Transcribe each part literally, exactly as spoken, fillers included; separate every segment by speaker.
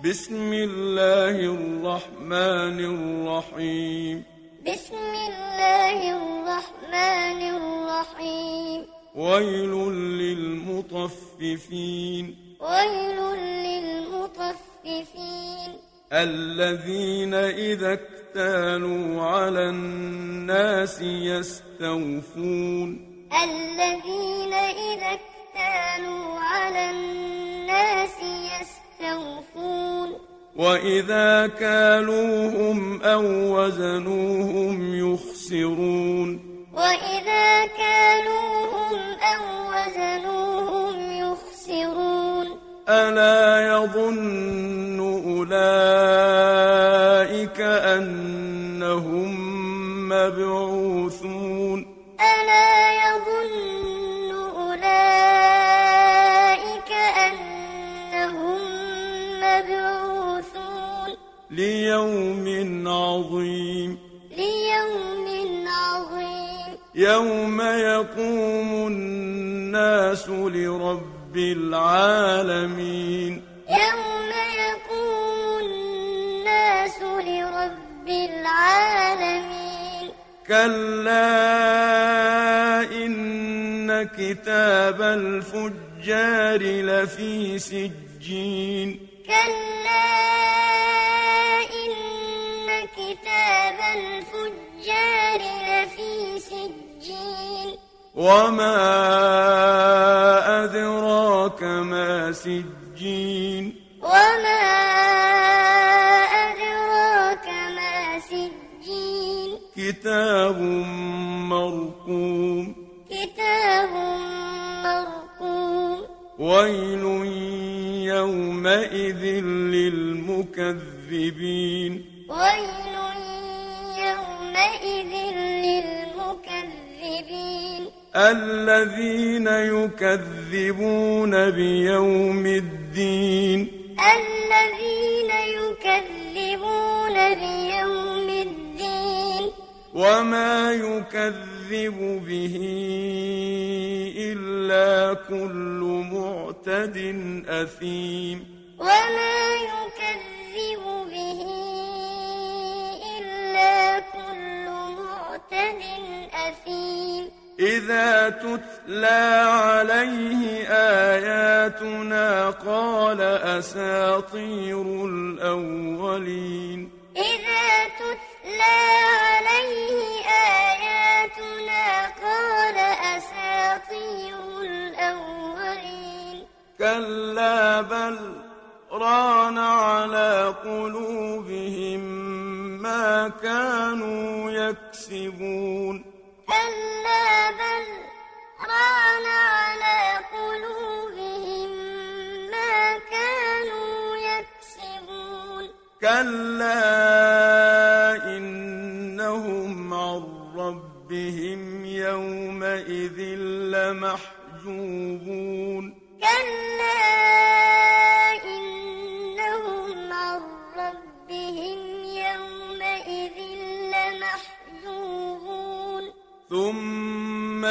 Speaker 1: بسم الله الرحمن الرحيم
Speaker 2: بسم الله الرحمن الرحيم
Speaker 1: ويل للمطففين
Speaker 2: ويل للمطففين
Speaker 1: الذين إذا اكتالوا على الناس يستوفون
Speaker 2: الذين إذا اكتالوا على الناس يستوفون
Speaker 1: وإذا كالوهم أو وزنوهم يخسرون
Speaker 2: وإذا كالوهم أو وزنوهم يخسرون
Speaker 1: ألا يظن أولئك أنهم مبعوثون
Speaker 2: ألا يظن أولئك أنهم مبعوثون
Speaker 1: ليوم عظيم
Speaker 2: ليوم عظيم
Speaker 1: يوم يقوم الناس لرب العالمين
Speaker 2: يوم يقوم الناس لرب العالمين
Speaker 1: كلا إن كتاب الفجار لفي سجين
Speaker 2: كلا إن كتاب الفجار لفي سجين
Speaker 1: وما أدراك ما سجين
Speaker 2: وما أدراك ما سجين
Speaker 1: كتاب مرقوم
Speaker 2: كتاب مرقوم
Speaker 1: ويل يومئذ للمكذبين
Speaker 2: ويل يومئذ للمكذبين
Speaker 1: الذين يكذبون بيوم الدين
Speaker 2: الذين يكذبون بيوم الدين
Speaker 1: وما يكذب به إلا كل معتد أثيم
Speaker 2: وما يكذب به إلا كل معتد أثيم
Speaker 1: إذا تتلى عليه آياتنا قال أساطير الأولين
Speaker 2: إذا تتلى عليه آياتنا قال أساطير الأولين
Speaker 1: كلا بل ران على قلوبهم ما كانوا يكسبون
Speaker 2: كلا بل ران على قلوبهم ما كانوا يكسبون
Speaker 1: كلا إنهم عن ربهم يومئذ لمحجوبون
Speaker 2: كلا إنهم عن ربهم يومئذ لمحجوبون
Speaker 1: ثم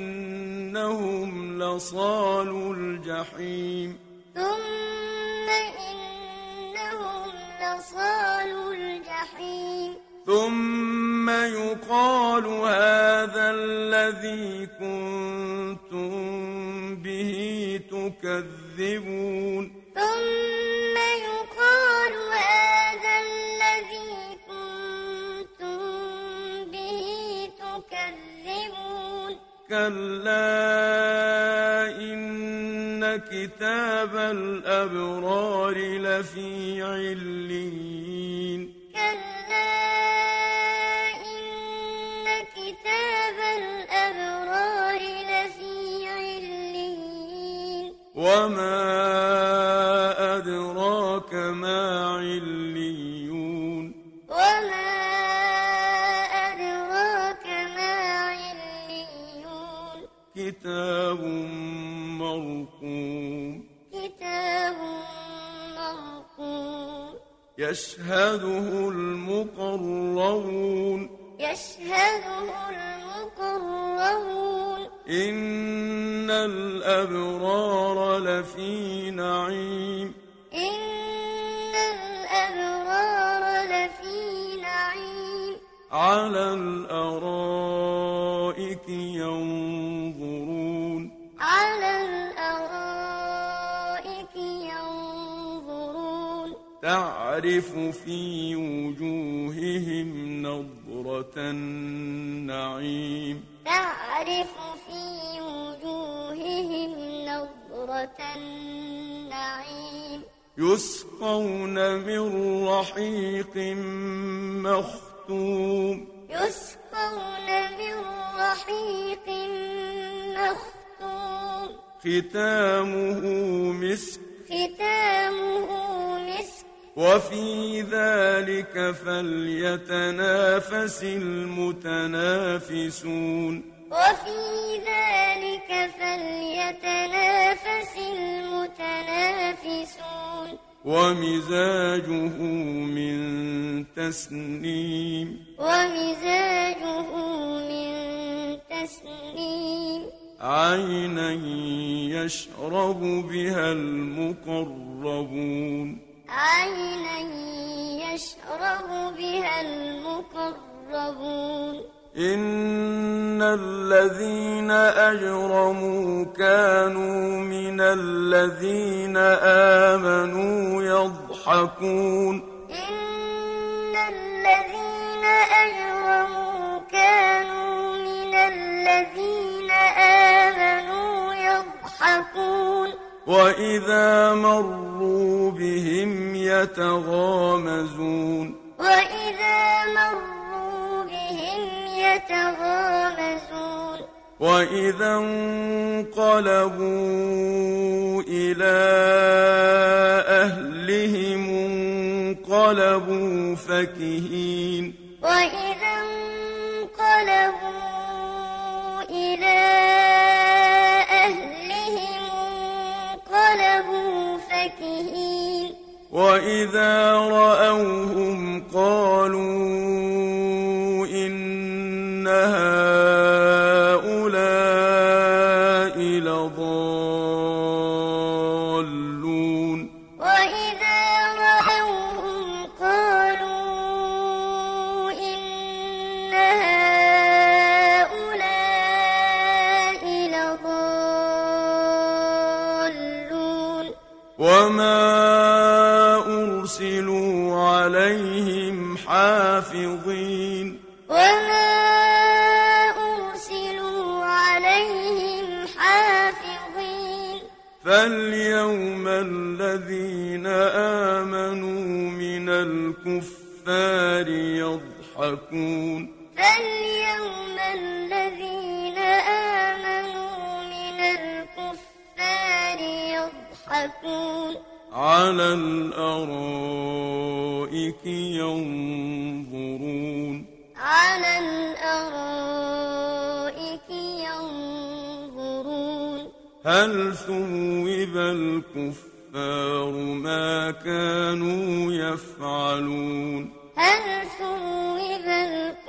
Speaker 1: إنهم لصالو الجحيم
Speaker 2: ثم إنهم لصالو الجحيم
Speaker 1: ثم يقال هذا الذي كنتم به تكذبون
Speaker 2: ثم يقال هذا الذي كنتم به تكذبون
Speaker 1: كلا إن كتاب الأبرار لفي عليين
Speaker 2: كلا إن كتاب الأبرار لفي عليين
Speaker 1: وما أدراك ما عليون
Speaker 2: وما أدراك ما عليون
Speaker 1: كتاب مرقوم
Speaker 2: كتاب مرقوم
Speaker 1: يشهده المقربون
Speaker 2: يشهده المقربون
Speaker 1: إن الأبرار لفي نعيم
Speaker 2: إن
Speaker 1: على الأرائك ينظرون
Speaker 2: على الأرائك ينظرون
Speaker 1: تعرف في وجوههم نضرة النعيم
Speaker 2: تعرف في وجوههم نضرة النعيم
Speaker 1: يسقون من رحيق مختوم
Speaker 2: يسقون من رحيق مختوم
Speaker 1: ختامه مسك
Speaker 2: ختامه مسك
Speaker 1: وفي ذلك فليتنافس المتنافسون
Speaker 2: وفي ذلك فليتنافس المتنافسون
Speaker 1: ومزاجه من تسنيم
Speaker 2: ومزاجه من تسنيم
Speaker 1: عينا يشرب بها المقربون
Speaker 2: عينا يشرب بها المقربون
Speaker 1: إن الذين أجرموا كانوا من الذين آمنوا يضحكون
Speaker 2: إن الذين أجرموا كانوا من الذين آمنوا يضحكون
Speaker 1: وإذا مروا بهم يتغامزون
Speaker 2: وإذا مروا بهم يتغامزون
Speaker 1: وإذا انقلبوا إلى أهلهم انقلبوا فكهين
Speaker 2: وإذا انقلبوا إلى أهلهم انقلبوا فكهين
Speaker 1: وإذا رأوهم قالوا إن هؤلاء لضالون
Speaker 2: وإذا رأوهم قالوا إن هؤلاء لضالون
Speaker 1: وما أرسلوا عليهم حافظين
Speaker 2: وما أرسلوا عليهم حافظين
Speaker 1: فاليوم الذين آمنوا من الكفار يضحكون
Speaker 2: فاليوم الذين آمنوا من الكفار يضحكون
Speaker 1: على الأرائك ينظرون
Speaker 2: على الأرائك ينظرون
Speaker 1: هل ثوب الكفار ما كانوا يفعلون
Speaker 2: هل ثوب الكفار